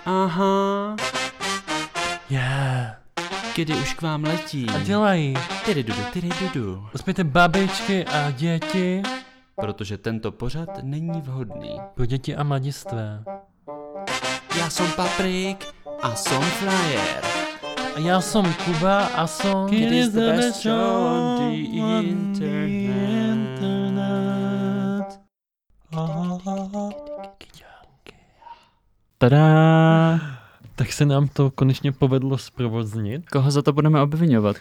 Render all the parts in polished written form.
Aha. Yeah. Kdy už k vám letí. A dělají. Tyrydudu. Uspějte babičky a děti. Protože tento pořad není vhodný. Pro děti a mladistvé. Já jsem Paprik a jsem Flyer. A já jsem Kuba a jsem... It is the best show on the internet. Tada! Tak se nám to konečně povedlo zprovoznit. Koho za to budeme obvinovat?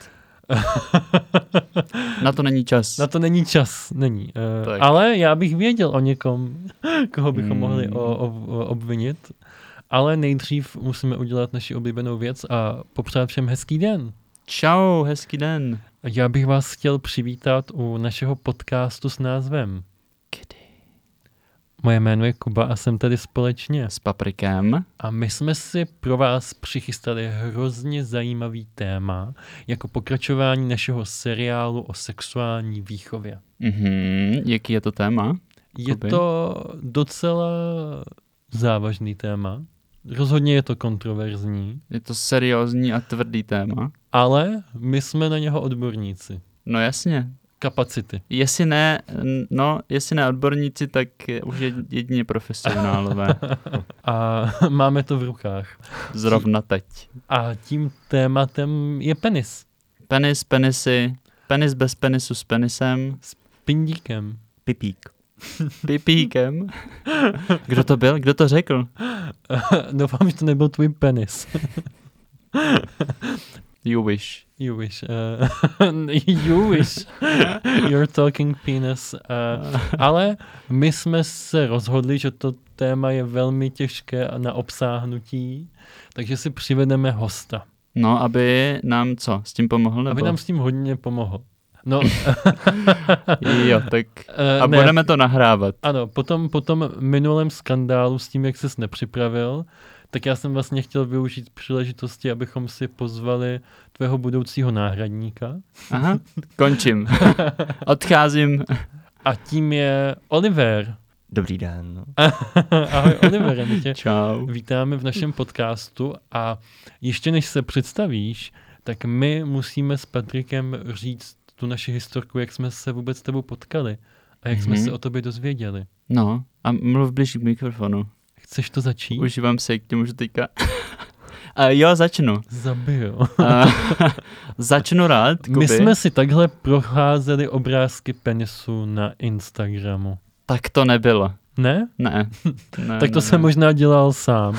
Na to není čas. Na to není čas, není. Tak. Ale já bych věděl o někom, koho bychom mohli obvinit. Ale nejdřív musíme udělat naši oblíbenou věc a popřát všem hezký den. Čau, hezký den. Já bych vás chtěl přivítat u našeho podcastu s názvem Kdy? Moje jméno je Kuba a jsem tady společně. S Paprikem. A my jsme si pro vás přichystali hrozně zajímavý téma jako pokračování našeho seriálu o sexuální výchově. Jaký je to téma? Je to docela závažný téma. Rozhodně je to kontroverzní. Je to seriózní a tvrdý téma. Ale my jsme na něho odborníci. No jasně. Kapacity. Jestli ne odborníci, tak už jedině profesionálové. A máme to v rukách. Zrovna teď. A tím tématem je penis. Penis, penisy, penis bez penisu s penisem. S pindíkem. Pipík. Pipíkem? Kdo to byl? Kdo to řekl? Doufám, že to nebyl tvůj penis. You wish. You wish. You wish. You're talking penis. Ale my jsme se rozhodli, že to téma je velmi těžké na obsáhnutí, takže si přivedeme hosta. No, aby nám co? S tím pomohl? Nebo? Aby nám s tím hodně pomohl. No. Jo, tak a ne. budeme to nahrávat. Ano, potom minulém skandálu s tím, jak ses nepřipravil, tak já jsem vlastně chtěl využít příležitosti, abychom si pozvali tvého budoucího náhradníka. Aha, končím. Odcházím. A tím je Oliver. Dobrý den. Ahoj Oliver, my tě Čau. vítáme v našem podcastu a ještě než se představíš, tak my musíme s Patrikem říct tu naši historku, jak jsme se vůbec s tebou potkali a jak jsme se o tobě dozvěděli. No, a mluv blíž k mikrofonu. Chceš to začít? Užívám se, jak tě můžu teďka. Jo, začnu. Zabiju. Začnu rád, Kuby. My jsme si takhle procházeli obrázky penisu na Instagramu. Tak to nebylo. Ne? Ne. Tak to jsem možná dělal sám.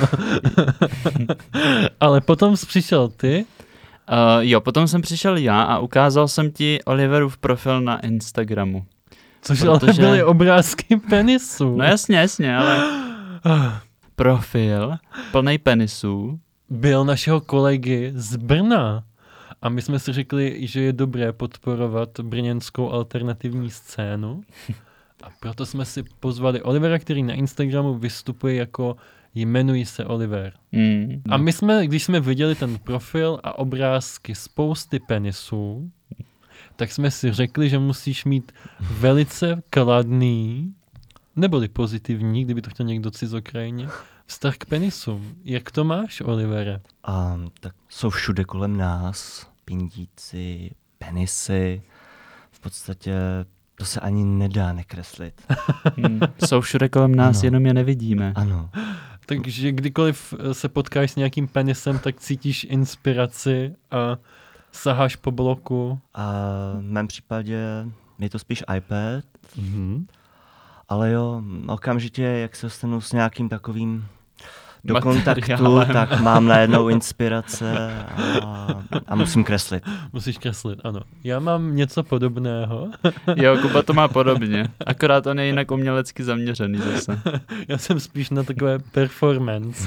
Ale potom jsi přišel ty. Jo, potom jsem přišel já a ukázal jsem ti Oliverův profil na Instagramu. Což ale byly obrázky penisu. No jasně, ale profil plnej penisů byl našeho kolegy z Brna. A my jsme si řekli, že je dobré podporovat brněnskou alternativní scénu. A proto jsme si pozvali Olivera, který na Instagramu vystupuje jako jmenuji se Oliver. A my jsme, když jsme viděli ten profil a obrázky spousty penisů, tak jsme si řekli, že musíš mít velice kladný, neboli pozitivní, kdyby to chtěl někdo cizokrajně, vztah k penisům. Jak to máš, Olivere? Tak jsou všude kolem nás pindíci, penisy, v podstatě to se ani nedá nekreslit. Jsou všude kolem nás, jenom je nevidíme. Ano. Takže kdykoliv se potkáš s nějakým penisem, tak cítíš inspiraci a saháš po bloku. A v mém případě je to spíš iPad, ale jo, okamžitě, jak se dostanu s nějakým takovým do kontaktu, tak mám najednou inspirace a musím kreslit. Musíš kreslit, ano. Já mám něco podobného. Jo, Kuba to má podobně, akorát on je jinak umělecky zaměřený zase. Já jsem spíš na takové performance.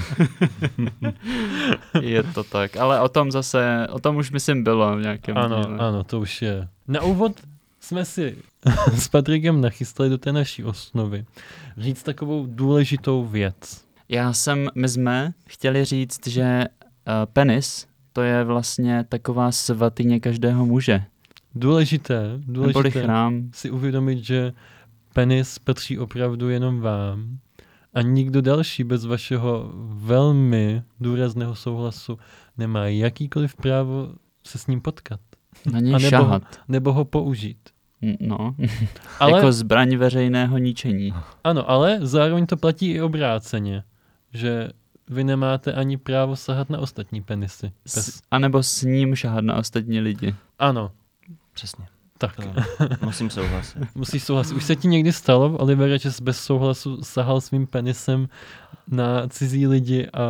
Je to tak, ale o tom už myslím bylo v nějakém díle. Ano, to už je. Na úvod jsme si s Patrikem nachystali do té naší osnovy říct takovou důležitou věc. My jsme chtěli říct, že penis, to je vlastně taková svatyně každého muže. Důležité chrám. si uvědomit, že penis patří opravdu jenom vám a nikdo další bez vašeho velmi důrazného souhlasu nemá jakýkoliv právo se s ním potkat. Na něj šahat. Nebo ho použít. No, ale, jako zbraň veřejného ničení. Ano, ale zároveň to platí i obráceně, že vy nemáte ani právo sahat na ostatní penisy. A nebo s ním šahat na ostatní lidi. Ano. Přesně. Tak. Musím souhlasit. Musíš souhlasit. Už se ti někdy stalo, Olivere, že jsi bez souhlasu sahal svým penisem na cizí lidi a...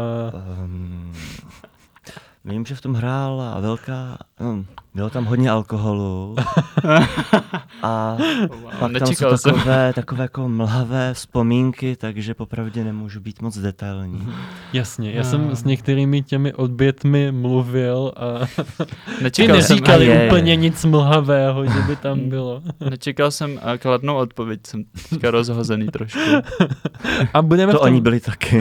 Vím, že v tom hrála bylo tam hodně alkoholu a pak tam jsou takové jako mlhavé vzpomínky, takže popravdě nemůžu být moc detailní. Jasně, já jsem s některými těmi obětmi mluvil a ty neříkali úplně nic mlhavého, že by tam bylo. Nečekal jsem kladnou odpověď, jsem teďka rozhozený trošku. A budeme to oni byli taky.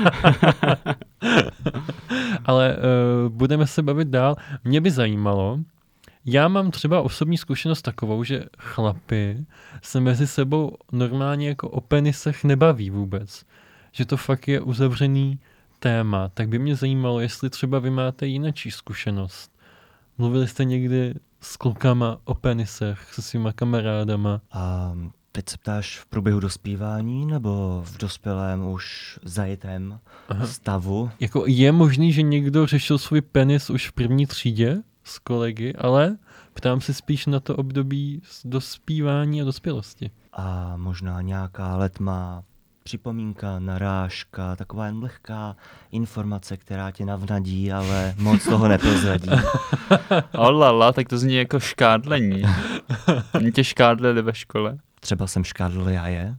Ale budeme se bavit dál. Mě by zajímalo, já mám třeba osobní zkušenost takovou, že chlapi se mezi sebou normálně jako o penisech nebaví vůbec. Že to fakt je uzavřený téma. Tak by mě zajímalo, jestli třeba vy máte jinačí zkušenost. Mluvili jste někdy s klukama o penisech, se svýma kamarádama? Teď se ptáš v průběhu dospívání nebo v dospělém už zajetém stavu? Jako je možný, že někdo řešil svůj penis už v první třídě s kolegy, ale ptám se spíš na to období dospívání a dospělosti. A možná nějaká letmá připomínka, narážka, taková jen lehká informace, která tě navnadí, ale moc toho neprozradí. Olala, tak to zní jako škádlení. Mě tě škádlili ve škole. Třeba jsem škádlil já je.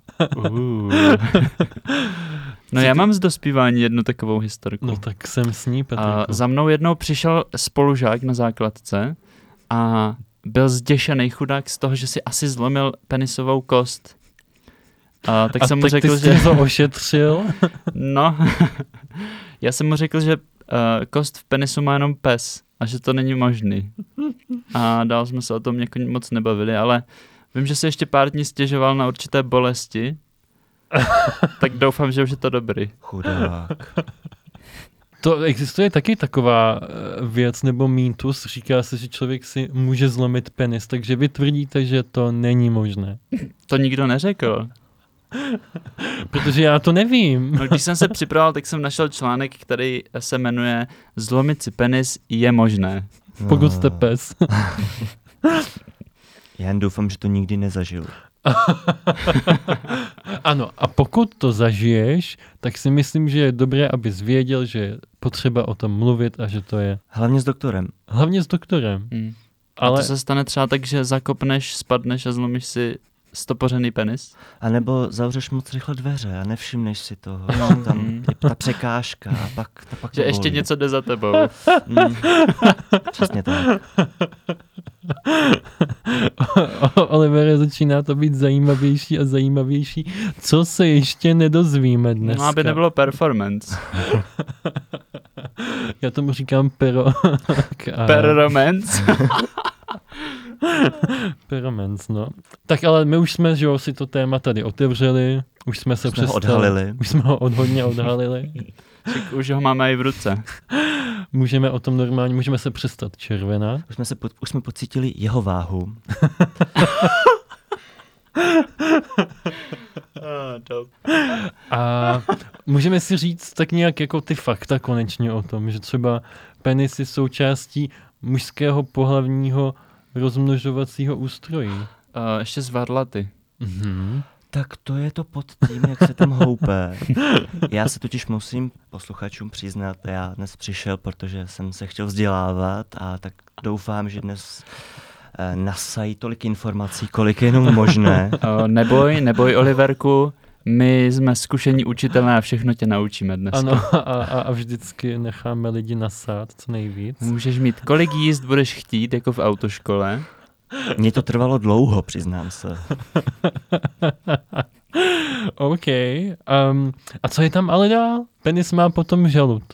No já mám z dospívání jednu takovou historku. No tak jsem s ní, Patriku. Za mnou jednou přišel spolužák na základce a byl zděšený chudák z toho, že si asi zlomil penisovou kost. Tak jsem mu řekl, že... to ošetřil? No, já jsem mu řekl, že kost v penisu má jenom pes a že to není možný. A dál jsme se o tom jako moc nebavili, ale vím, že si ještě pár dní stěžoval na určité bolesti, tak doufám, že už je to dobrý. Chudák. To existuje taky taková věc nebo mýtus, říká se, že člověk si může zlomit penis, takže vy tvrdíte, že to není možné. To nikdo neřekl. Protože já to nevím. No, když jsem se připravoval, tak jsem našel článek, který se jmenuje Zlomit si penis je možné. Pokud jste pes. Já jen doufám, že to nikdy nezažil. Ano, a pokud to zažiješ, tak si myslím, že je dobré, abys věděl, že je potřeba o tom mluvit a že to je... Hlavně s doktorem. Hlavně s doktorem. Ale... A to se stane třeba tak, že zakopneš, spadneš a zlomíš si stopořený penis? A nebo zavřeš moc rychle dveře a nevšimneš si toho. Tam je ta překážka a pak že ještě něco jde za tebou. Přesně tak. Olivere, začíná to být zajímavější a zajímavější. Co se ještě nedozvíme dneska? No, aby nebylo performance. Já tomu říkám Performance. Performance, no. Tak ale my už jsme, že jo, si to téma tady otevřeli, už jsme se odhalili. Už jsme ho hodně odhalili. Už ho máme i v ruce. Můžeme o tom normálně, můžeme se přestat červenat. Už jsme pocítili jeho váhu. A můžeme si říct tak nějak jako ty fakta konečně o tom, že třeba penis je součástí mužského pohlavního rozmnožovacího ústrojí. Ještě zvadlaty. Tak to je to pod tím, jak se tam houpe. Já se totiž musím posluchačům přiznat, já dnes přišel, protože jsem se chtěl vzdělávat a tak doufám, že dnes nasají tolik informací, kolik je jenom možné. Neboj, Oliverku, my jsme zkušení učitelé a všechno tě naučíme dneska. Ano, a vždycky necháme lidi nasát co nejvíc. Můžeš mít, kolik jízd budeš chtít, jako v autoškole. Mně to trvalo dlouho, přiznám se. OK. A co je tam ale dál? Penis má potom žalud.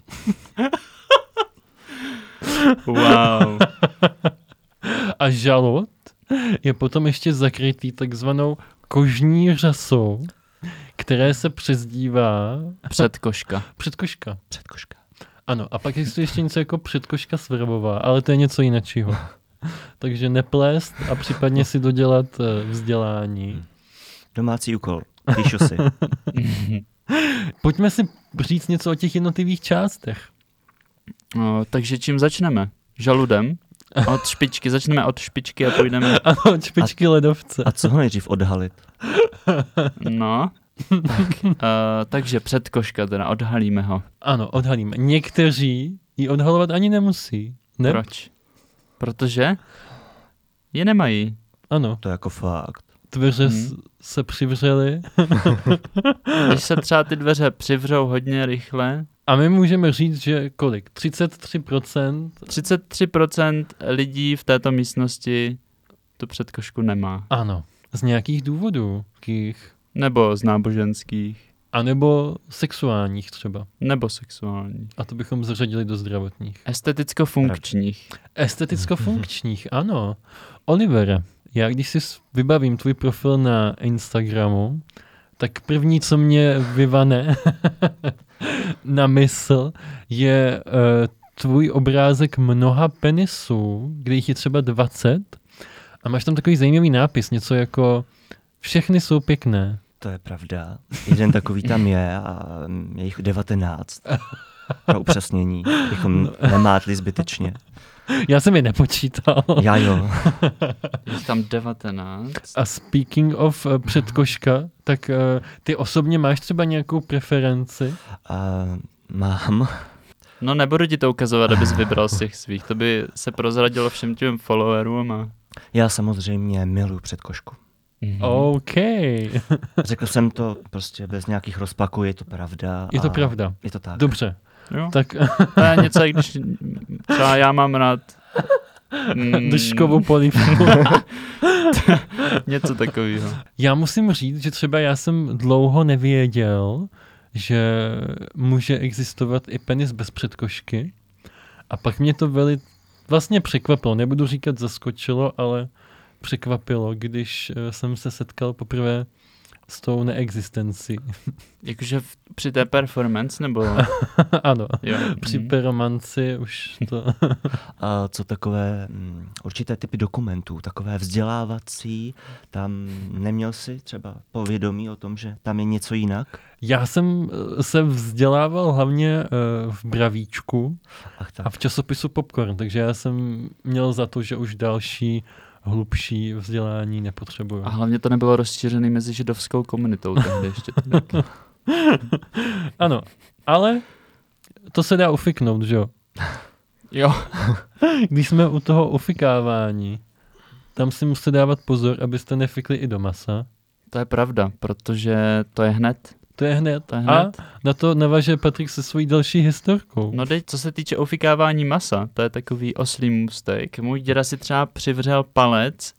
Wow. A žalud je potom ještě zakrytý takzvanou kožní řasou, které se přezdívá... Předkoška. Předkoška. Předkoška. Ano, a pak existuje ještě něco jako předkoška svrbová, ale to je něco jiného. Takže neplést a případně si dodělat vzdělání. Domácí úkol. Píšu si. Pojďme si říct něco o těch jednotlivých částech. Takže čím začneme? Žaludem? Od špičky. Začneme od špičky a půjdeme... Ano, od špičky ledovce. A co ho nejdřív odhalit? No. Takže předkoška teda, odhalíme ho. Ano, odhalíme. Někteří ji odhalovat ani nemusí. Ne? Proč? Protože je nemají. Ano, To je jako fakt. dveře se přivřely. Když se třeba ty dveře přivřou hodně rychle, A my můžeme říct, že kolik? 33%? 33% lidí v této místnosti tu předkošku nemá. Ano, z nějakých důvodů. Nebo z náboženských, A nebo sexuálních třeba. nebo sexuálních. A to bychom zařadili do zdravotních. Esteticko-funkčních. Esteticko-funkčních, ano. Olivere, já když si vybavím tvůj profil na Instagramu, tak první, co mě vyvane na mysl, je tvůj obrázek mnoha penisů, kde jich je třeba 20 a máš tam takový zajímavý nápis, něco jako všechny jsou pěkné. To je pravda. Jeden takový tam je a je jich 19. Pro upřesnění. Bychom nemátli zbytečně. Já jsem je nepočítal. Já jo. Je tam 19. A speaking of předkoška, tak ty osobně máš třeba nějakou preferenci? Mám. No nebudu ti to ukazovat, abys vybral z těch svých. To by se prozradilo všem těm followerům a... Já samozřejmě miluji předkošku. OK. Řekl jsem to prostě bez nějakých rozpaků, je to pravda. Je to pravda. Je to tak. Dobře. Jo? Tak To je něco, jak když třeba já mám rád držkovou polívku. něco takového. Já musím říct, že třeba já jsem dlouho nevěděl, že může existovat i penis bez předkošky. A pak mě to vlastně překvapilo. Nebudu říkat zaskočilo, ale překvapilo, když jsem se setkal poprvé s tou neexistencí. Jakože při té performance, nebo... Ano, Jo. při peromanci už to... A co takové určité typy dokumentů, takové vzdělávací, tam neměl jsi třeba povědomí o tom, že tam je něco jinak? Já jsem se vzdělával hlavně v Bravíčku Ach, tak. a v časopisu Popcorn, takže já jsem měl za to, že už další hlubší vzdělání nepotřebuju. A hlavně to nebylo rozšířené mezi židovskou komunitou tehdy ještě. Ano, ale to se dá ufiknout, že jo? Jo. Když jsme u toho ufikávání, tam si musíte dávat pozor, abyste nefikli i do masa. To je pravda, protože to je hned. To je hned. To je hned. A na to naváže Patrik se svojí další historkou. No teď, co se týče ofikávání masa, to je takový oslý můstek. Můj děda si třeba přivřel palec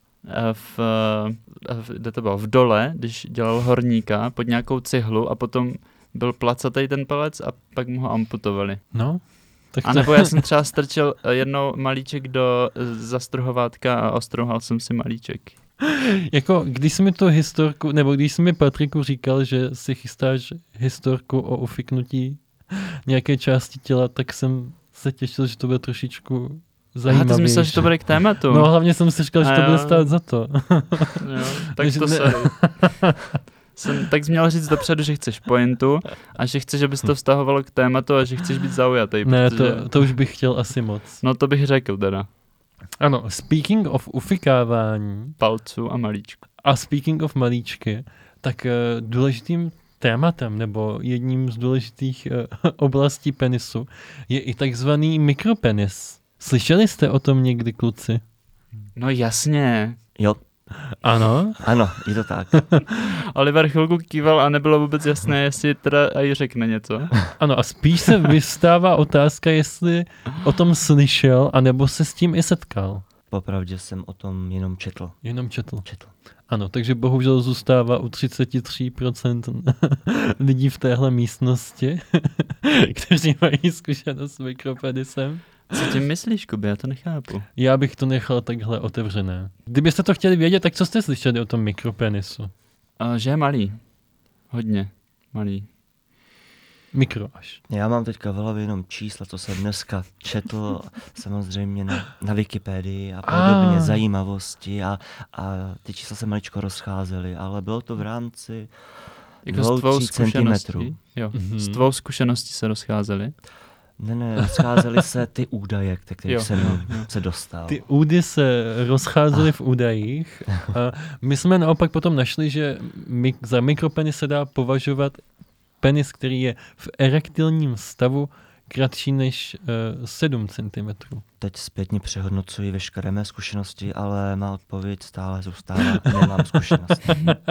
kde to bylo, v dole, když dělal horníka pod nějakou cihlu a potom byl placatej ten palec a pak mu ho amputovali. No, tak A nebo já jsem třeba strčil jednou malíček do zastruhovátka a ostruhal jsem si malíček. Jako, když jsi mi to historku, nebo když jsi mi Patriku říkal, že si chystáš historku o ufiknutí nějaké části těla, tak jsem se těšil, že to bude trošičku zajímavější. Aha, ty jsi myslel, že to bude k tématu. No hlavně jsem si říkal, že to bude stát za to. Jo, tak to sorry. Tak jsi měl říct dopředu, že chceš pointu a že chceš, aby se to vztahovalo k tématu a že chceš být zaujatý. Ne, protože... to už bych chtěl asi moc. No to bych řekl teda. Ano, speaking of ufikávání. Palců a malíčku. A speaking of malíčky, tak důležitým tématem nebo jedním z důležitých oblastí penisu je i takzvaný mikropenis. Slyšeli jste o tom někdy, kluci? No jasně. Jo. Ano? Ano, je to tak. Oliver chvilku kýval a nebylo vůbec jasné, jestli teda aj řekne něco. Ano, a spíš se vystává otázka, jestli o tom slyšel, anebo se s tím i setkal. Popravdě jsem o tom jenom četl. Jenom četl. Ano, takže bohužel zůstává u 33% lidí v téhle místnosti, kteří mají zkušenost s mikropenisem. Co tím myslíš, Kubi? Já to nechápu. Já bych to nechal takhle otevřené. Kdybyste to chtěli vědět, tak co jste slyšeli o tom mikropenisu? Že je malý. Hodně. malý. Mikro až. Já mám teďka v hlavě jenom čísla, co jsem dneska četl, samozřejmě na Wikipedii a podobně, zajímavosti a ty čísla se maličko rozcházely, ale bylo to v rámci Jako s tvou 2-3 centimetrů. zkušeností? Jo, s tvou zkušeností se rozcházely? Ne, rozcházely se ty údaje, ke kterých jsem se dostal. Ty údy se rozcházely v údajích. A my jsme naopak potom našli, že za mikropenis se dá považovat penis, který je v erektilním stavu kratší než 7 cm. Teď zpětně přehodnocuji veškeré mé zkušenosti, ale má odpověď stále zůstává, nemám zkušenosti.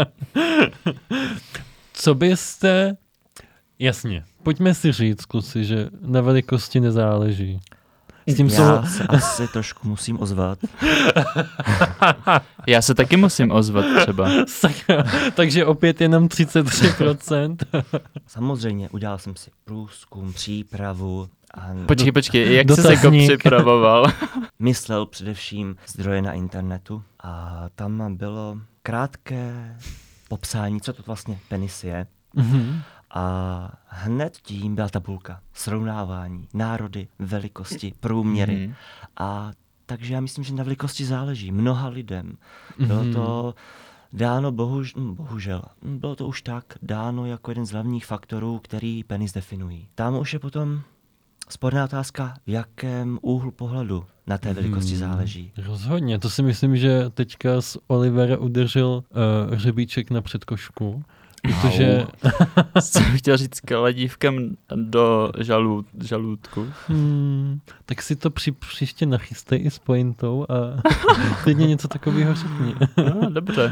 Co byste... Jasně, pojďme si říct, kluci, že na velikosti nezáleží. S tím Já se asi trošku musím ozvat. Já se taky musím ozvat třeba. Takže opět jenom 33%. Samozřejmě, udělal jsem si průzkum, přípravu. A Počkej, jak jsi se jako připravoval? Myslel především zdroje na internetu a tam bylo krátké popsání, co to vlastně penis je. A hned tím byla tabulka, srovnávání, národy, velikosti, průměry. A takže já myslím, že na velikosti záleží mnoha lidem. Bylo to dáno, bohužel, bylo to už tak dáno jako jeden z hlavních faktorů, který penis definují. Tam už je potom sporná otázka, v jakém úhlu pohledu na té velikosti záleží. Rozhodně, to si myslím, že teďka z Olivera udržel hřebíček na předkošku. Protože... Jsem chtěl říct kaladívkem do žaludku. Tak si to příště nachystej i s pointou a klidně něco takového řekni. Dobře.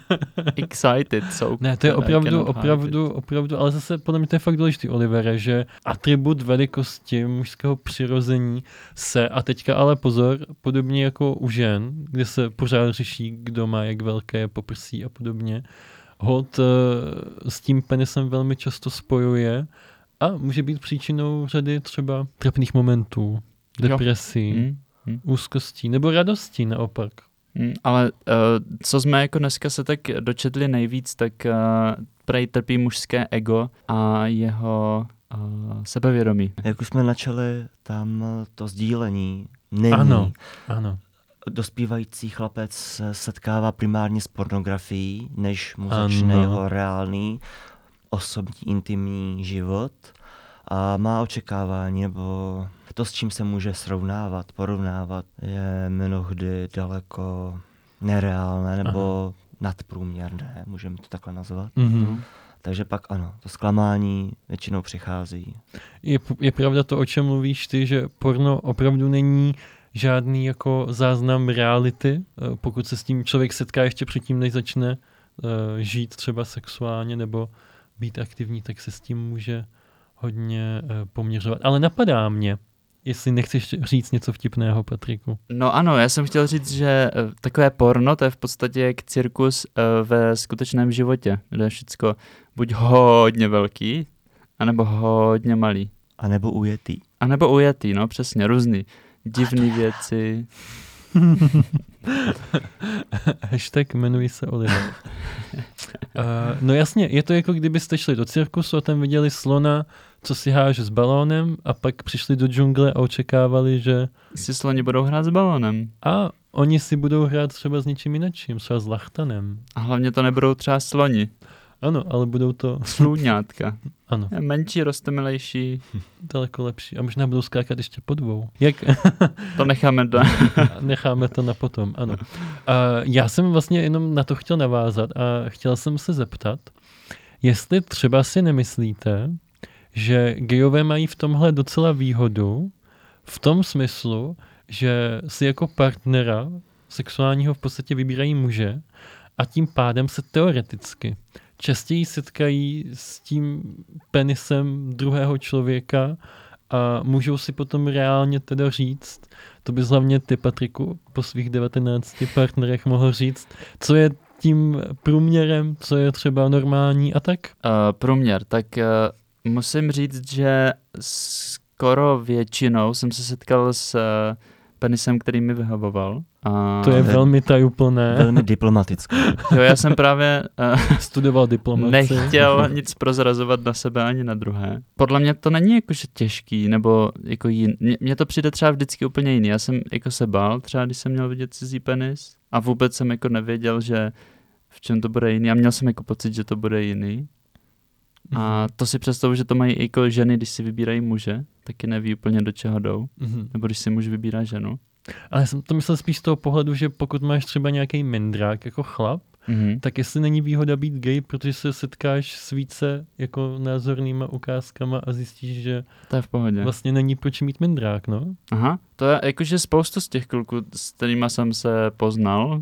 Excited. Ne, to je opravdu, ale zase podle mě to je fakt důležitý, Olivere, že atribut velikosti mužského přirození se, a teďka ale pozor, podobně jako u žen, kde se pořád řeší, kdo má jak velké poprsí a podobně, hod s tím penisem velmi často spojuje a může být příčinou řady třeba trapných momentů, depresí, úzkostí nebo radostí naopak. Ale co jsme jako dneska se tak dočetli nejvíc, tak prej trpí mužské ego a jeho sebevědomí. Jak už jsme načali, tam to sdílení není. Ano. Dospívající chlapec se setkává primárně s pornografií, než mu začne jeho reálný, osobní, intimní život a má očekávání, nebo to, s čím se může srovnávat, porovnávat, je mnohdy daleko nereálné nebo nadprůměrné, můžeme to takhle nazvat. Takže pak ano, to zklamání většinou přichází. Je pravda to, o čem mluvíš ty, že porno opravdu není žádný jako záznam reality, pokud se s tím člověk setká ještě předtím, než začne žít třeba sexuálně nebo být aktivní, tak se s tím může hodně poměřovat. Ale napadá mě, jestli nechceš říct něco vtipného, Patriku. No ano, já jsem chtěl říct, že takové porno, to je v podstatě jak cirkus ve skutečném životě, kde je všecko buď hodně velký, anebo hodně malý. A nebo ujetý. A nebo ujetý, no přesně, různý. Divný věci. Hashtag jmenuji se Oliver. No jasně, je to jako kdybyste šli do cirkusu a tam viděli slona, co si háže s balónem a pak přišli do džungle a očekávali, že... Si sloni budou hrát s balónem. A oni si budou hrát třeba s něčím jiným, třeba s lachtanem. A hlavně to nebudou třeba sloni. Ano, ale budou to... Slůňátka. Ano. Menší, rostomilejší. Daleko lepší. A možná budou skákat ještě po dvou. Jak? To necháme Necháme to na potom, ano. Já jsem vlastně jenom na to chtěl navázat a chtěl jsem se zeptat, jestli třeba si nemyslíte, že gejové mají v tomhle docela výhodu v tom smyslu, že si jako partnera sexuálního v podstatě vybírají muže a tím pádem se teoreticky častěji setkají s tím penisem druhého člověka a můžou si potom reálně teda říct, to bys hlavně ty, Patriku, po svých 19 partnerech mohl říct, co je tím průměrem, co je třeba normální a tak? Průměr, tak musím říct, že skoro většinou jsem se setkal s penisem, který mi vyhovoval. A To je velmi tajuplné. Velmi diplomatické. jo, já jsem právě Studoval diplomaci. nechtěl nic prozrazovat na sebe ani na druhé. Podle mě to není jakože těžký, nebo jako mně to přijde třeba vždycky úplně jiný. Já jsem jako se bál, třeba když jsem měl vidět cizí penis a vůbec jsem jako nevěděl, že v čem to bude jiný a měl jsem jako pocit, že to bude jiný. A to si představuji, že to mají jako ženy, když si vybírají muže, taky neví úplně do čeho jdou. Nebo když si muž vybírá ženu. Ale jsem to myslel spíš z toho pohledu, že pokud máš třeba nějaký mindrák jako chlap, tak jestli není výhoda být gay, protože se setkáš s více jako názornýma ukázkama a zjistíš, že to je v pohodě. Vlastně není proč mít mindrák, no. Aha, to je jakože spoustu z těch kluků, s kterýma jsem se poznal.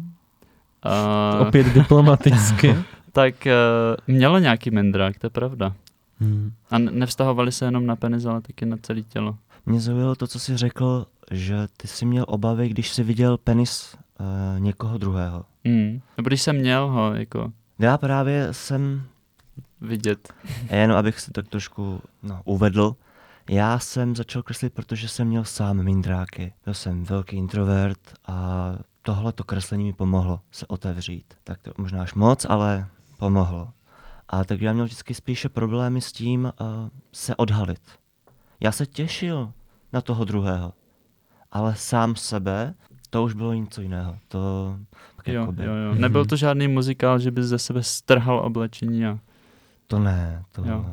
Opět diplomaticky. Tak mělo nějaký mindrák, to je pravda. A nevztahovali se jenom na penis, ale taky na celé tělo. Mě zaujalo to, co jsi řekl, že ty jsi měl obavy, když jsi viděl penis někoho druhého. Nebo když jsem měl ho, jako... Já právě jsem... Vidět. Jenom abych se tak trošku uvedl. Já jsem začal kreslit, protože jsem měl sám mindráky. Byl jsem velký introvert a tohleto kreslení mi pomohlo se otevřít. Tak to možná až moc, ale pomohlo. A takže já měl vždycky spíše problémy s tím se odhalit. Já se těšil na toho druhého, ale sám sebe, to už bylo něco jiného. To jo. Nebyl to žádný muzikál, že bys ze sebe strhal oblečení a... To ne,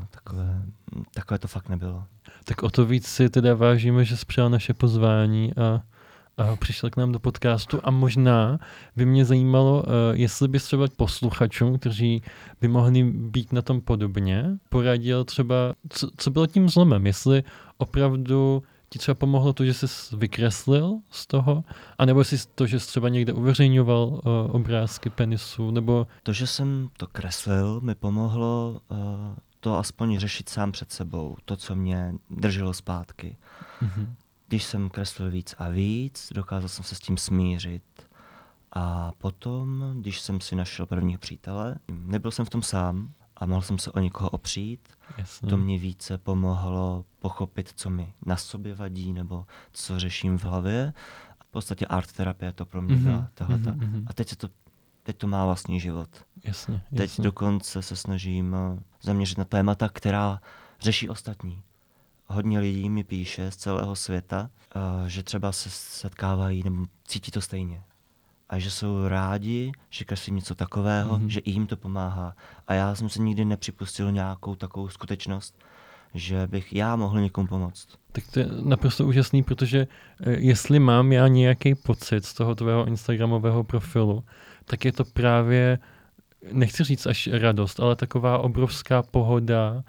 takové to fakt nebylo. Tak o to víc si teda vážíme, že jsi přijal naše pozvání a přišel k nám do podcastu a možná by mě zajímalo, jestli bys třeba posluchačům, kteří by mohli být na tom podobně, poradil třeba, co bylo tím zlomem, jestli opravdu ti třeba pomohlo to, že jsi vykreslil z toho, anebo jestli to, že jsi třeba někde uveřejňoval obrázky penisů, nebo... To, že jsem to kreslil, mi pomohlo to aspoň řešit sám před sebou, to, co mě drželo zpátky. Když jsem kreslil víc a víc, dokázal jsem se s tím smířit. A potom, když jsem si našel prvního přítele, nebyl jsem v tom sám a mohl jsem se o někoho opřít. Jasně. To mě více pomohlo pochopit, co mi na sobě vadí nebo co řeším v hlavě. V podstatě art terapie to pro mě byla tohleta. A teď to má vlastní život. Jasně. Teď dokonce se snažím zaměřit na témata, která řeší ostatní. Hodně lidí mi píše z celého světa, že třeba se setkávají nebo cítí to stejně. A že jsou rádi, že kreslím něco takového, že i jim to pomáhá. A já jsem se nikdy nepřipustil nějakou takovou skutečnost, že bych já mohl někomu pomoct. Tak to je naprosto úžasný, protože jestli mám já nějaký pocit z toho tvého instagramového profilu, tak je to právě, nechci říct až radost, ale taková obrovská pohoda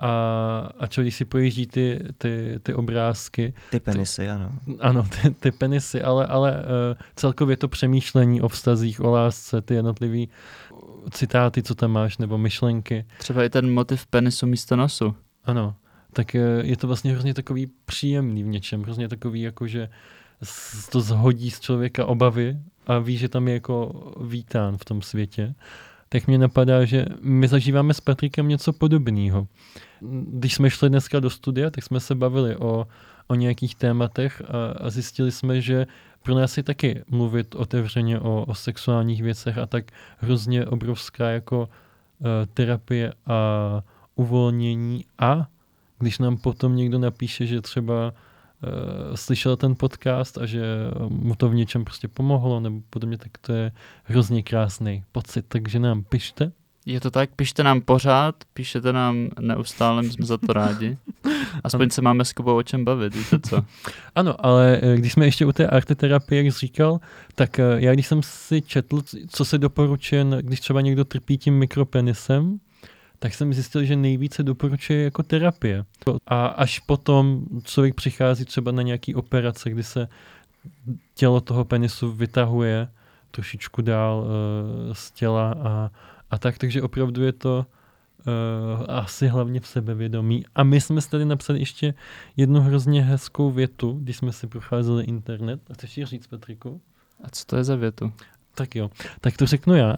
a čo, když si projíždí ty obrázky. Ty penisy, ano. Ano, ty penisy, ale celkově to přemýšlení o vztazích, o lásce, ty jednotlivý citáty, co tam máš, nebo myšlenky. Třeba i ten motiv penisu místo nosu. Ano, tak je to vlastně hrozně takový příjemný v něčem, hrozně takový, jako že to zhodí z člověka obavy a ví, že tam je jako vítán v tom světě. Tak mě napadá, že my zažíváme s Patrikem něco podobného. Když jsme šli dneska do studia, tak jsme se bavili o nějakých tématech a zjistili jsme, že pro nás je taky mluvit otevřeně o sexuálních věcech a tak hrozně obrovská jako terapie a uvolnění. A když nám potom někdo napíše, že třeba slyšel ten podcast a že mu to v něčem prostě pomohlo nebo podobně, tak to je hrozně krásný pocit, takže nám pište. Je to tak, pište nám pořád, píšete nám neustále, my jsme za to rádi. Aspoň se máme s Kubou o čem bavit, víte co? Ano, ale když jsme ještě u té arteterapie, jak jsi říkal, tak já když jsem si četl, co se doporučuje, když třeba někdo trpí tím mikropenisem, tak jsem zjistil, že nejvíce doporučuje jako terapie. A až potom člověk přichází třeba na nějaký operace, kdy se tělo toho penisu vytahuje trošičku dál z těla a tak, takže opravdu je to asi hlavně v sebevědomí. A my jsme si tady napsali ještě jednu hrozně hezkou větu, když jsme si procházeli internet. A chceš ji říct, Patriku? A co to je za větu? Tak jo, tak to řeknu já.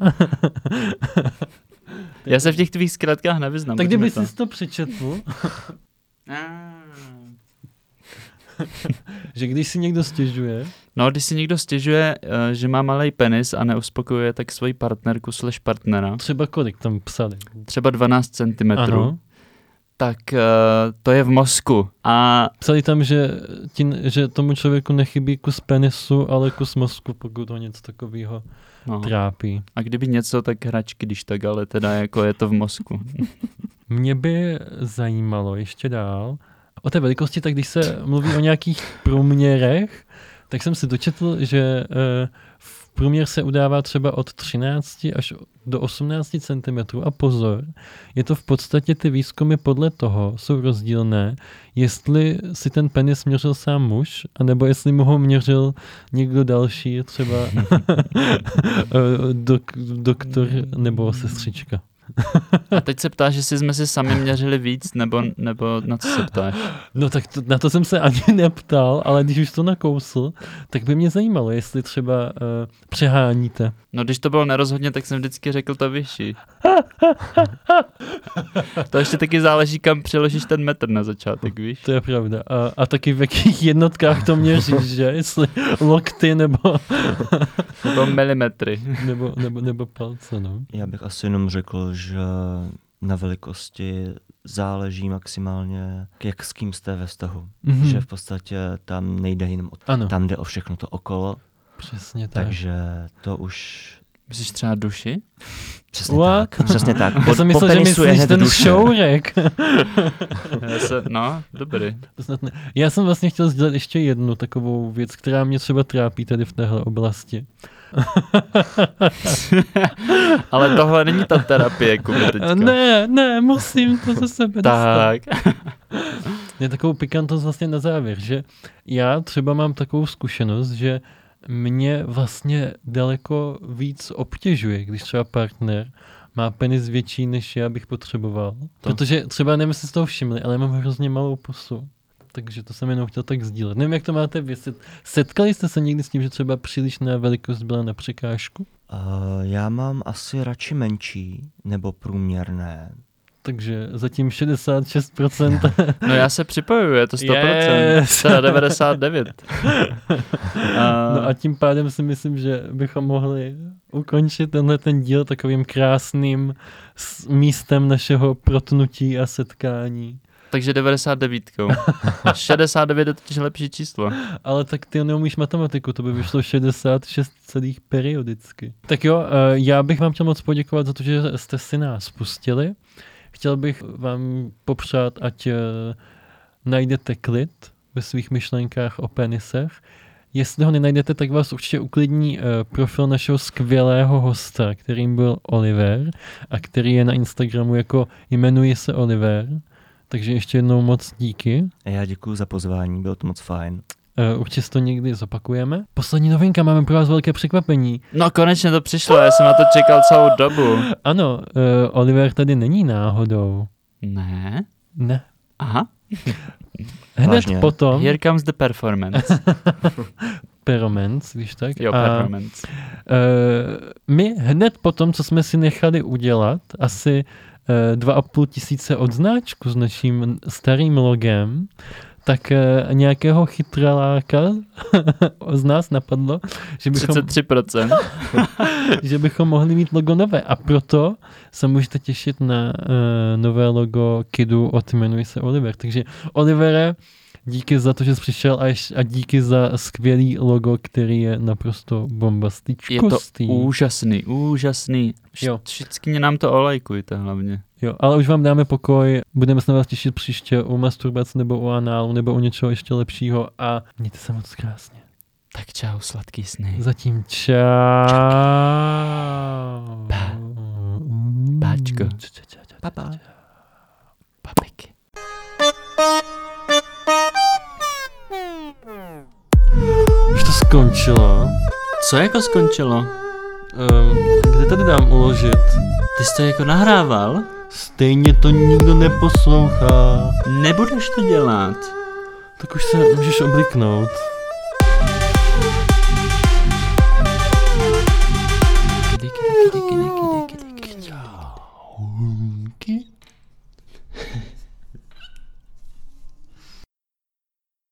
Já se v těch tvých zkratkách nevyznám. Tak kdyby jsi to přečetl, že když si někdo stěžuje, No, když si někdo stěžuje, že má malej penis a neuspokojuje tak svoji partnerku / partnera. Třeba kolik tam psali? Třeba 12 cm. Ano. Tak to je v mozku. A Psali tam, že tomu člověku nechybí kus penisu, ale kus mozku, pokud ho něco takového trápí. A kdyby něco, tak hračky, když tak, ale teda jako je to v mozku. Mě by zajímalo ještě dál o té velikosti, tak když se mluví o nějakých průměrech, tak jsem si dočetl, že v průměr se udává třeba od 13 až do 18 cm. A pozor, je to v podstatě ty výzkumy podle toho jsou rozdílné, jestli si ten penis měřil sám muž, anebo jestli mu ho měřil někdo další, třeba doktor nebo sestřička. A teď se ptáš, jestli jsme si sami měřili víc, nebo na co se ptáš? No tak na to jsem se ani neptal, ale když už to nakousl, tak by mě zajímalo, jestli třeba přeháníte. No když to bylo nerozhodně, tak jsem vždycky řekl to vyšší. To ještě taky záleží, kam přiložíš ten metr na začátek, víš? To je pravda. A taky v jakých jednotkách to měříš, že? Jestli lokty nebo milimetry. nebo palce, no. Já bych asi jenom řekl, že na velikosti záleží maximálně, jak s kým jste ve vztahu. Mm-hmm. Že v podstatě tam nejde jenom tam jde o všechno to okolo. Přesně tak. Takže to už... Myslíš třeba duši? Přesně tak. Já jsem myslel, že myslíš ten šourek. No, dobrý. Já jsem vlastně chtěl sdělat ještě jednu takovou věc, která mě třeba trápí tady v téhle oblasti. Ale tohle není ta terapie, Kuby, teďka. Ne, musím to ze sebe tak. Je takovou pikantnost vlastně na závěr, že já třeba mám takovou zkušenost, že mě vlastně daleko víc obtěžuje, když třeba partner má penis větší, než já bych potřeboval. Protože třeba nevím, jestli z toho všimli, ale mám hrozně malou pusu. Takže to jsem jenom chtěl tak sdílet. Nevím, jak to máte vy. Setkali jste se někdy s tím, že třeba přílišná velikost byla na překážku? Já mám asi radši menší, nebo průměrné. Takže zatím 66%. No já se připojuju, je to 100%. Yes. Teda 99%. No a tím pádem si myslím, že bychom mohli ukončit tenhle ten díl takovým krásným místem našeho protnutí a setkání. Takže 99. 69 je totiž lepší číslo. Ale tak ty neumíš matematiku, to by vyšlo 66 celých periodicky. Tak jo, já bych vám chtěl moc poděkovat za to, že jste si nás pustili. Chtěl bych vám popřát, ať najdete klid ve svých myšlenkách o penisech. Jestli ho nenajdete, tak vás určitě uklidní profil našeho skvělého hosta, kterým byl Oliver a který je na Instagramu jako jmenuje se Oliver. Takže ještě jednou moc díky. Já děkuji za pozvání, bylo to moc fajn. Určitě to někdy zopakujeme. Poslední novinka, máme pro vás velké překvapení. No konečně to přišlo, já jsem na to čekal celou dobu. Ano, Oliver tady není náhodou. Ne? Ne. Aha. Hned Vážně. potom... Here comes the performance. Performance, víš tak? Jo, performance. My hned potom, co jsme si nechali udělat, asi 2500 odznáčku s naším starým logem, tak nějakého chytraláka z nás napadlo, že bychom, 33%. že bychom mohli mít logo nové. A proto se můžete těšit na nové logo Kidu od jmenuje se Oliver. Takže Olivere, díky za to, že jsi přišel a díky za skvělý logo, který je naprosto bombastičkostý. Je to úžasný. Všichni nám to olejkujte hlavně. Jo, ale už vám dáme pokoj, budeme se na vás těšit příště u masturbace nebo u análu nebo u něčeho ještě lepšího a mějte se moc krásně. Tak čau, sladký sny. Zatím čau. Páčko. Papa. Papiky. Už to skončilo. Co jako skončilo? Kde tady dám uložit? Ty jsi to jako nahrával? Stejně to nikdo neposlouchá. Nebudeš to dělat. Tak už se můžeš obliknout.